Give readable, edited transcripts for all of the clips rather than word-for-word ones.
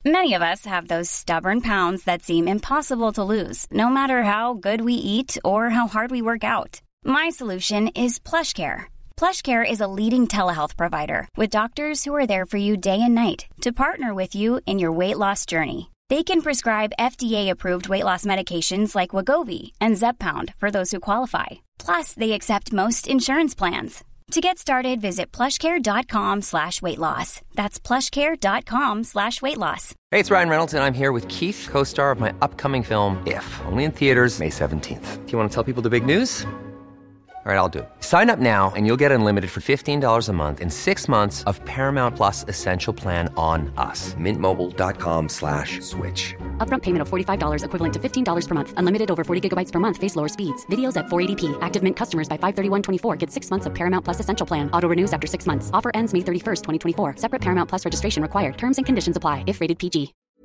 Many of us have those stubborn pounds that seem impossible to lose, no matter how good we eat or how hard we work out. My solution is PlushCare. PlushCare is a leading telehealth provider with doctors who are there for you day and night to partner with you in your weight loss journey. They can prescribe FDA-approved weight loss medications like Wegovy and Zepbound for those who qualify. Plus, they accept most insurance plans. To get started, visit plushcare.com/weightloss. That's plushcare.com/weightloss. Hey, it's Ryan Reynolds, and I'm here with Keith, co-star of my upcoming film, If, only in theaters May 17th. Do you want to tell people the big news? All right, I'll do it. Sign up now and you'll get unlimited for $15 a month and 6 months of Paramount Plus Essential Plan on us. MintMobile.com/switch. Upfront payment of $45 equivalent to $15 per month. Unlimited over 40 gigabytes per month. Face lower speeds. Videos at 480p. Active Mint customers by 531.24 get 6 months of Paramount Plus Essential Plan. Auto renews after 6 months. Offer ends May 31st, 2024. Separate Paramount Plus registration required. Terms and conditions apply if rated PG.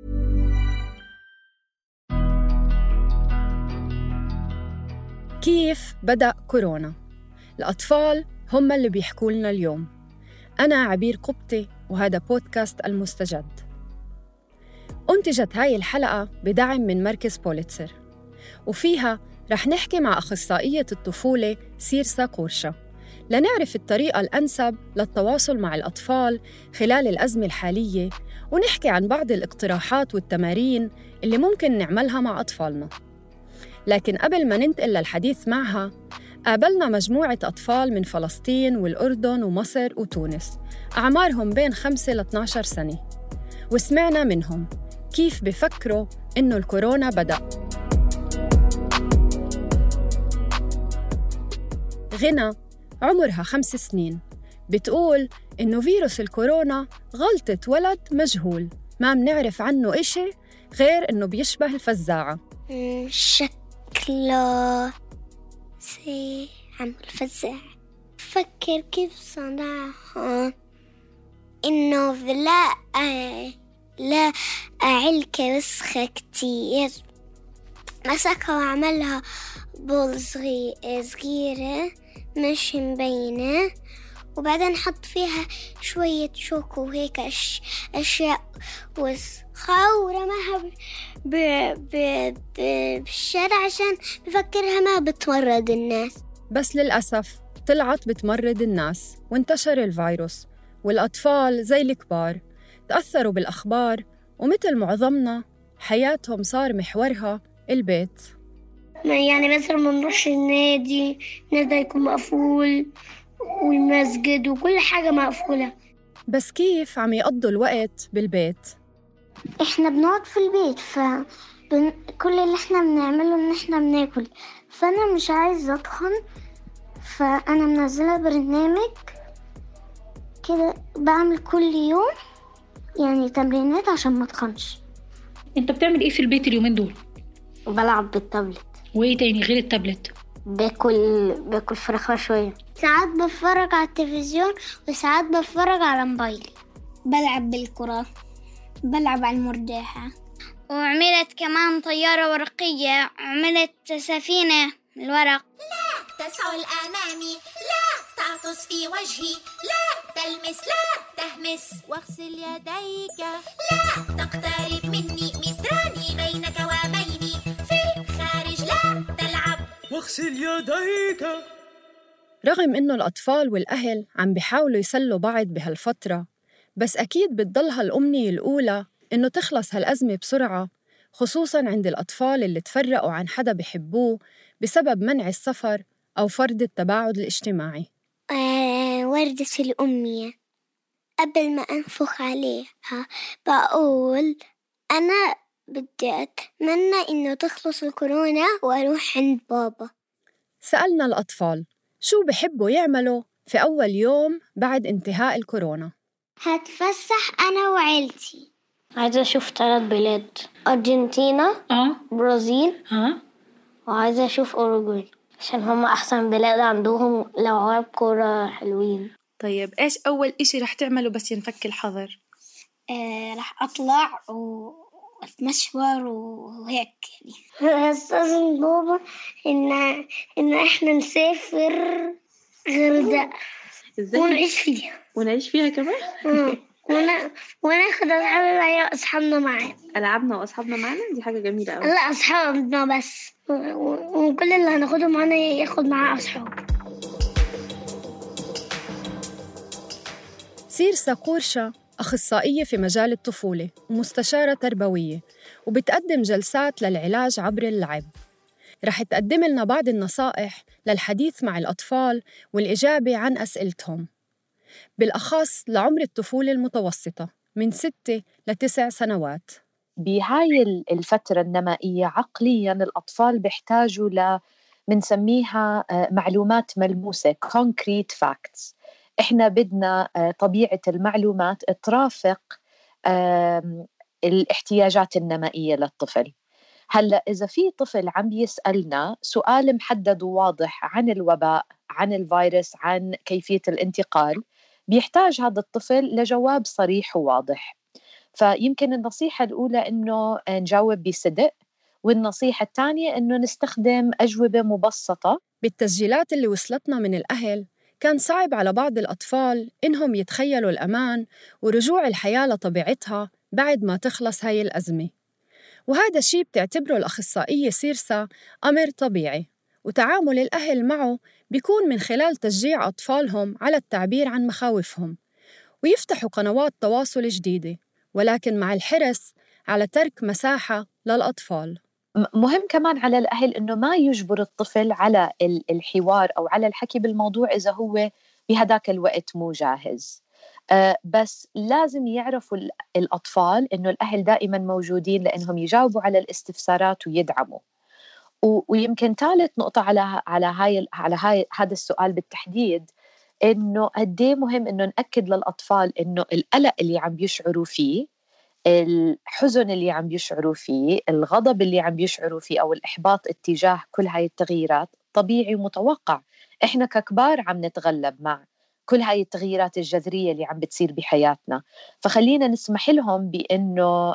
كيف بدأ كورونا؟ الأطفال هم اللي بيحكوا لنا اليوم. أنا عبير قبطي وهذا بودكاست المستجد. أنتجت هاي الحلقة بدعم من مركز بوليتسر، وفيها رح نحكي مع أخصائية الطفولة سيرسا قورشة لنعرف الطريقة الأنسب للتواصل مع الأطفال خلال الأزمة الحالية، ونحكي عن بعض الاقتراحات والتمارين اللي ممكن نعملها مع أطفالنا. لكن قبل ما ننتقل للحديث معها، قابلنا مجموعة أطفال من فلسطين والأردن ومصر وتونس أعمارهم بين 5 ل 12 سنة، وسمعنا منهم كيف بفكروا إنه الكورونا بدأ. غنى عمرها 5 سنين بتقول إنه فيروس الكورونا غلطة ولد مجهول ما منعرف عنه إشي غير إنه بيشبه الفزاعة. شكله عمل الفزاعة. فكر كيف صنعها، إنه لا علكة وسخة كتير، مسكها وعملها بول صغيرة مش مبينة، وبعدين حط فيها شوية شوكو وهيك أشياء وسخة ورماها بالشارع عشان بفكرها ما بتمرض الناس. بس للأسف طلعت بتمرض الناس وانتشر الفيروس، والأطفال زي الكبار تأثروا بالأخبار، ومثل معظمنا حياتهم صار محورها البيت. يعني مثلا منروحش النادي يكون مقفول، والمسجد وكل حاجة مقفولة. بس كيف عم يقضوا الوقت بالبيت؟ احنا بنقعد في البيت، كل اللي احنا بنعمله ان احنا بناكل، فانا مش عايزة اتخن، فانا منزلة برنامج كده بعمل كل يوم يعني تمرينات عشان ما اتخنش. انت بتعمل ايه في البيت اليومين دول؟ بلعب بالتابلت. وايه تاني غير التابلت؟ باكل فراخ شوية. ساعات بتفرج على التلفزيون وساعات بتفرج على موبايلي. بلعب بالكرة، بلعب على المرجحة، وعملت كمان طيارة ورقية، عملت سفينة الورق. لا تسعل أمامي، لا تعطس في وجهي، لا تلمس، لا تهمس، واغسل يديك، لا تقترب مني، متراني بينك وبيني، في الخارج لا تلعب، واغسل يديك. رغم إنه الأطفال والأهل عم بيحاولوا يسلوا بعض بهالفترة، بس أكيد بتضلها الأمنية الأولى إنه تخلص هالأزمة بسرعة، خصوصاً عند الأطفال اللي تفرقوا عن حدا بيحبوه بسبب منع السفر أو فرض التباعد الاجتماعي. وردة الأمنية قبل ما أنفخ عليها بقول أنا بدي أتمنى إنه تخلص الكورونا وأروح عند بابا. سألنا الأطفال شو بحبوا يعملوا في أول يوم بعد انتهاء الكورونا. هتفسح أنا وعيلتي. عايزة أشوف 3 بلاد، أرجنتينا، برازيل، وعايزة أشوف أوروغواي عشان هم أحسن بلاد، عندهم لعاب كورة حلوين. طيب إيش أول إشي رح تعمله بس ينفك الحظر؟ رح أطلع وأتمشور وهيك يعني. هستأذن بابا إن إحنا نسافر غردقة ونعيش فيها كمان. وناخد ألعاب مع أصحابنا معانا. ألعابنا وأصحابنا معانا دي حاجة جميلة أوي. لا، أصحابنا بس، وكل اللي هناخده معانا ياخد معاه أصحاب. سيرسا قورشة أخصائية في مجال الطفولة ومستشارة تربوية، وبتقدم جلسات للعلاج عبر اللعب. رح تقدم لنا بعض النصائح للحديث مع الأطفال والإجابة عن أسئلتهم، بالأخص لعمر الطفولة المتوسطة من 6 ل9 سنوات. بهاي الفترة النمائية عقلياً الأطفال بيحتاجوا منسميها معلومات ملموسة concrete facts. إحنا بدنا طبيعة المعلومات ترافق الاحتياجات النمائية للطفل. هلأ إذا في طفل عم بيسألنا سؤال محدد وواضح عن الوباء، عن الفيروس، عن كيفية الانتقال، بيحتاج هذا الطفل لجواب صريح وواضح. فيمكن النصيحة الأولى إنه نجاوب بصدق، والنصيحة الثانية إنه نستخدم أجوبة مبسطة. بالتسجيلات اللي وصلتنا من الأهل كان صعب على بعض الأطفال إنهم يتخيلوا الأمان ورجوع الحياة لطبيعتها بعد ما تخلص هاي الأزمة، وهذا الشيء بتعتبره الأخصائية سيرسا أمر طبيعي، وتعامل الأهل معه بيكون من خلال تشجيع أطفالهم على التعبير عن مخاوفهم ويفتحوا قنوات تواصل جديدة، ولكن مع الحرص على ترك مساحة للأطفال. مهم كمان على الأهل إنه ما يجبر الطفل على الحوار أو على الحكي بالموضوع إذا هو بهداك الوقت مو جاهز. بس لازم يعرفوا الأطفال إنه الأهل دائما موجودين لأنهم يجاوبوا على الاستفسارات ويدعموا. ويمكن ثالث نقطة على هذا السؤال بالتحديد، إنه قديه مهم إنه نأكد للأطفال إنه القلق اللي عم بيشعروا فيه، الحزن اللي عم بيشعروا فيه، الغضب اللي عم بيشعروا فيه أو الإحباط اتجاه كل هاي التغييرات طبيعي ومتوقع. إحنا ككبار عم نتغلب مع كل هاي التغييرات الجذرية اللي عم بتصير بحياتنا، فخلينا نسمح لهم بأنه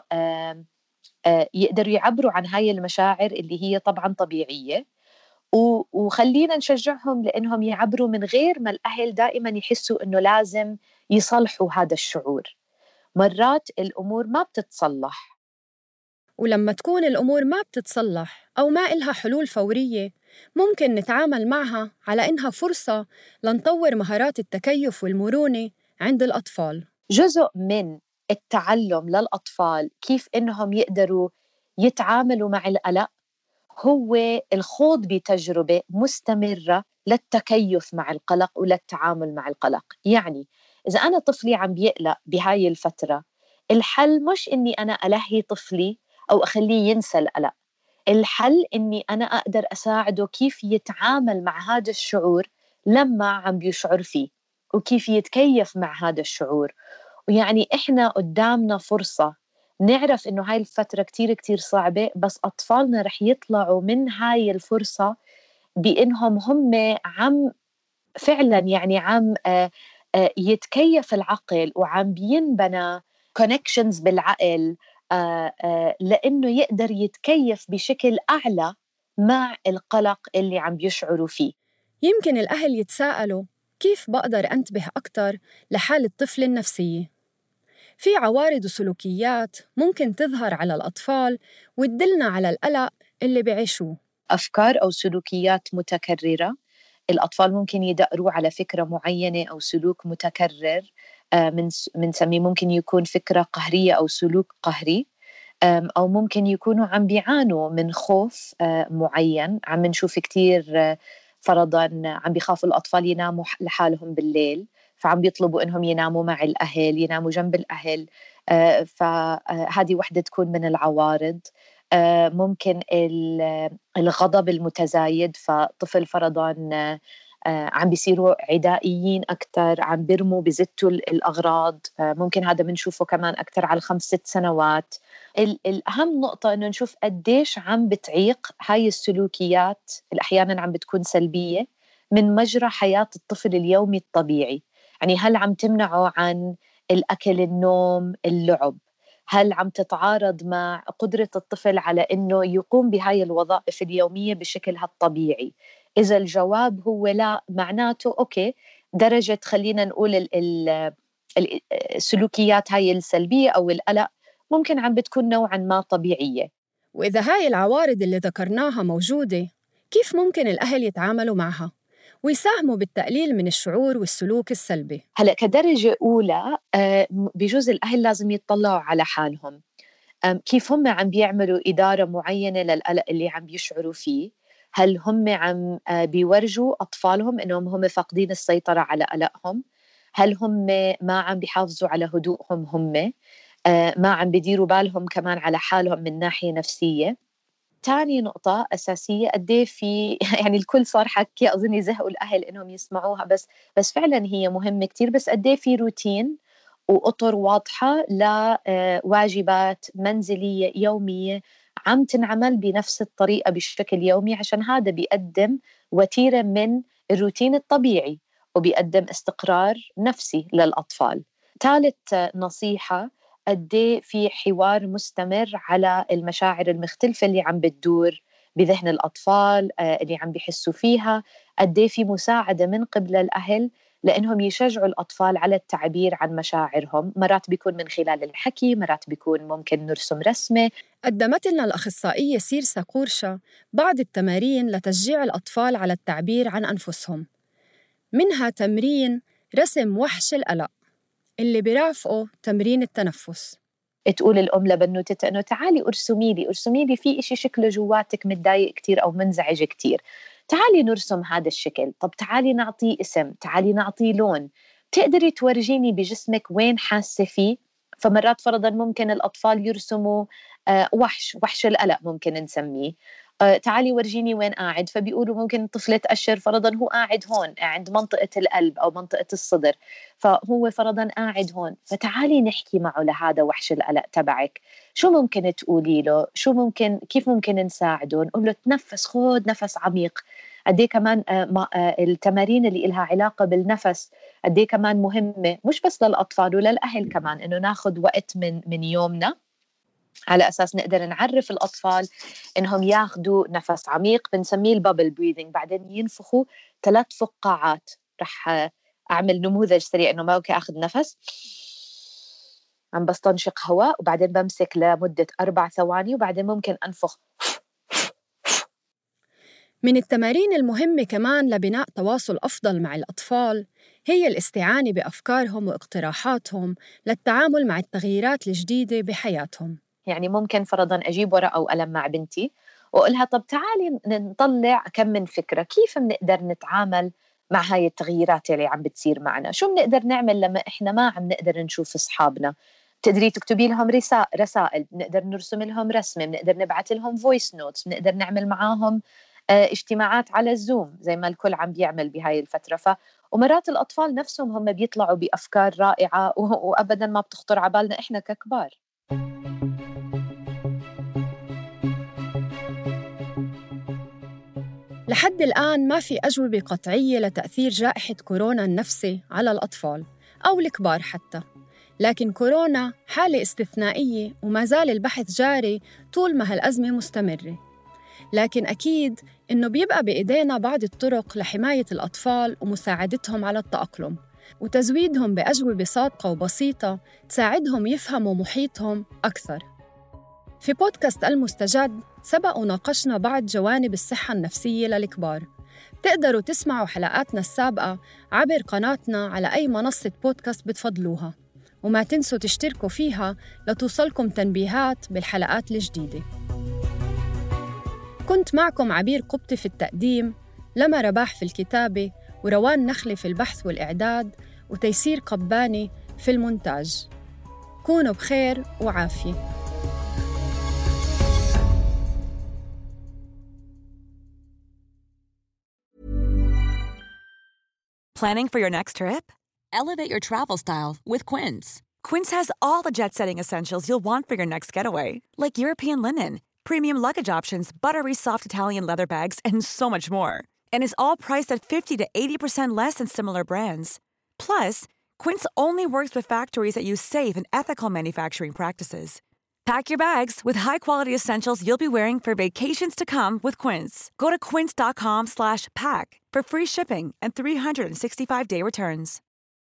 يقدروا يعبروا عن هاي المشاعر اللي هي طبعاً طبيعية، وخلينا نشجعهم لأنهم يعبروا من غير ما الأهل دائماً يحسوا أنه لازم يصلحوا هذا الشعور. مرات الأمور ما بتتصلح، ولما تكون الأمور ما بتتصلح أو ما إلها حلول فورية، ممكن نتعامل معها على إنها فرصة لنطور مهارات التكيف والمرونة عند الأطفال. جزء من التعلم للأطفال كيف إنهم يقدروا يتعاملوا مع القلق هو الخوض بتجربة مستمرة للتكيف مع القلق وللتعامل مع القلق. يعني إذا أنا طفلي عم بيقلق بهاي الفترة، الحل مش إني أنا ألهي طفلي أو أخليه ينسى القلق، الحل إني أنا أقدر أساعده كيف يتعامل مع هذا الشعور لما عم بيشعر فيه، وكيف يتكيف مع هذا الشعور. ويعني إحنا قدامنا فرصة نعرف إنه هاي الفترة كتير كتير صعبة، بس أطفالنا رح يطلعوا من هاي الفرصة بإنهم هم عم فعلا يعني عم يتكيف العقل وعم بينبنى connections بالعقل لأنه يقدر يتكيف بشكل أعلى مع القلق اللي عم بيشعروا فيه. يمكن الأهل يتساءلوا كيف بقدر أنتبه أكتر لحال الطفل النفسية؟ في عوارض وسلوكيات ممكن تظهر على الأطفال وتدلنا على القلق اللي بيعيشوه. أفكار أو سلوكيات متكررة، الأطفال ممكن يدقروا على فكرة معينة أو سلوك متكرر منسميه ممكن يكون فكرة قهرية أو سلوك قهري، أو ممكن يكونوا عم بيعانوا من خوف معين. عم نشوف كتير فرضاً عم بيخافوا الأطفال يناموا لحالهم بالليل، فعم بيطلبوا إنهم يناموا مع الأهل، يناموا جنب الأهل، فهذه وحدة تكون من العوارض. ممكن الغضب المتزايد، فطفل فرضاً عم بيصيروا عدائيين أكتر، عم بيرموا بزتوا الأغراض، ممكن هذا بنشوفه كمان أكتر على 5-6 سنوات. الأهم نقطة إنه نشوف قديش عم بتعيق هاي السلوكيات اللي أحياناً عم بتكون سلبية من مجرى حياة الطفل اليومي الطبيعي. يعني هل عم تمنعه عن الأكل، النوم، اللعب؟ هل عم تتعارض مع قدرة الطفل على إنه يقوم بهاي الوظائف اليومية بشكلها الطبيعي؟ إذا الجواب هو لا، معناته أوكي درجة خلينا نقول السلوكيات هاي السلبية أو القلق ممكن عم بتكون نوعاً ما طبيعية. وإذا هاي العوارض اللي ذكرناها موجودة، كيف ممكن الأهل يتعاملوا معها ويساهموا بالتقليل من الشعور والسلوك السلبي؟ هلأ كدرجة أولى بجوز الأهل لازم يتطلعوا على حالهم، كيف هم عم بيعملوا إدارة معينة للقلق اللي عم بيشعروا فيه. هل هم عم بيورجوا أطفالهم إنهم هم فاقدين السيطرة على قلقهم؟ هل هم ما عم بيحافظوا على هدوءهم هم؟ ما عم بيديروا بالهم كمان على حالهم من ناحية نفسية؟ تاني نقطة أساسية قديه في يعني الكل صار حكي، أظن يزهقوا الأهل إنهم يسمعوها، بس فعلا هي مهمة كتير. بس قديه في روتين وأطر واضحة لواجبات منزلية يومية عم تنعمل بنفس الطريقة بشكل يومي، عشان هذا بيقدم وتيرة من الروتين الطبيعي وبيقدم استقرار نفسي للأطفال. ثالث نصيحة، قديه في حوار مستمر على المشاعر المختلفة اللي عم بتدور بذهن الأطفال اللي عم بيحسوا فيها. قديه في مساعدة من قبل الأهل لأنهم يشجعوا الأطفال على التعبير عن مشاعرهم. مرات بيكون من خلال الحكي، مرات بيكون ممكن نرسم رسمة. قدمت لنا الأخصائية سيرسا قورشة بعض التمارين لتشجيع الأطفال على التعبير عن أنفسهم، منها تمرين رسم وحش القلق اللي بيرافقه تمرين التنفس. تقول الأم لبنوتتها إنه تعالي أرسمي لي في إشي شكله جواتك متضايق كتير أو منزعج كتير، تعالي نرسم هذا الشكل. طب تعالي نعطيه اسم، تعالي نعطيه لون، تقدري تورجيني بجسمك وين حاسة فيه. فمرات فرضاً ممكن الأطفال يرسموا وحش القلق ممكن نسميه. تعالي ورجيني وين قاعد، فبيقولوا ممكن الطفل تأشر فرضاً هو قاعد هون عند منطقة القلب أو منطقة الصدر، فهو فرضاً قاعد هون، فتعالي نحكي معه لهذا وحش القلق تبعك. شو ممكن تقولي له؟ كيف ممكن نساعده؟ نقول له تنفس، خذ نفس عميق. قديه كمان التمارين اللي إلها علاقة بالنفس قديه كمان مهمة، مش بس للأطفال وللأهل كمان، إنه ناخد وقت من يومنا على أساس نقدر نعرف الأطفال إنهم ياخدوا نفس عميق، بنسميه البابل بريذنج، بعدين ينفخوا 3 فقاعات. رح أعمل نموذج سريع إنه ما أخذ نفس، عم بستنشق هواء وبعدين بمسك لمدة 4 ثواني وبعدين ممكن أنفخ. من التمارين المهمة كمان لبناء تواصل أفضل مع الأطفال هي الاستعانة بأفكارهم واقتراحاتهم للتعامل مع التغييرات الجديدة بحياتهم. يعني ممكن فرضاً أجيب ورقة وقلم مع بنتي وأقولها طب تعالي نطلع كم من فكرة كيف بنقدر نتعامل مع هاي التغييرات اللي عم بتصير معنا. شو بنقدر نعمل لما إحنا ما عم نقدر نشوف أصحابنا؟ بتقدري تكتبي لهم رسائل، بنقدر نرسم لهم رسمة، بنقدر نبعث لهم فويس نوتس، بنقدر نعمل معاهم اجتماعات على الزوم زي ما الكل عم بيعمل بهاي الفترة. ومرات الأطفال نفسهم هم بيطلعوا بأفكار رائعة وأبداً ما بتخطر على بالنا إحنا ككبار. لحد الآن ما في أجوبة قطعية لتأثير جائحة كورونا النفسي على الأطفال أو الكبار حتى، لكن كورونا حالة استثنائية وما زال البحث جاري طول ما هالأزمة مستمرة. لكن أكيد إنه بيبقى بإيدينا بعض الطرق لحماية الأطفال ومساعدتهم على التأقلم وتزويدهم بأجوبة صادقة وبسيطة تساعدهم يفهموا محيطهم أكثر. في بودكاست المستجد سبق وناقشنا بعض جوانب الصحة النفسية للكبار. تقدروا تسمعوا حلقاتنا السابقة عبر قناتنا على أي منصة بودكاست بتفضلوها، وما تنسوا تشتركوا فيها لتوصلكم تنبيهات بالحلقات الجديدة. كنت معكم عبير قبطي في التقديم، لما رباح في الكتابة، وروان نخلي في البحث والإعداد، وتيسير قباني في المونتاج. كونوا بخير وعافية. Planning for your next trip? Elevate your travel style with Quince. Quince has all the jet-setting essentials you'll want for your next getaway, like European linen, premium luggage options, buttery soft Italian leather bags, and so much more. And is all priced at 50 to 80% less than similar brands. Plus, Quince only works with factories that use safe and ethical manufacturing practices. Pack your bags with high-quality essentials you'll be wearing for vacations to come with Quince. Go to quince.com/pack for free shipping and 365-day returns.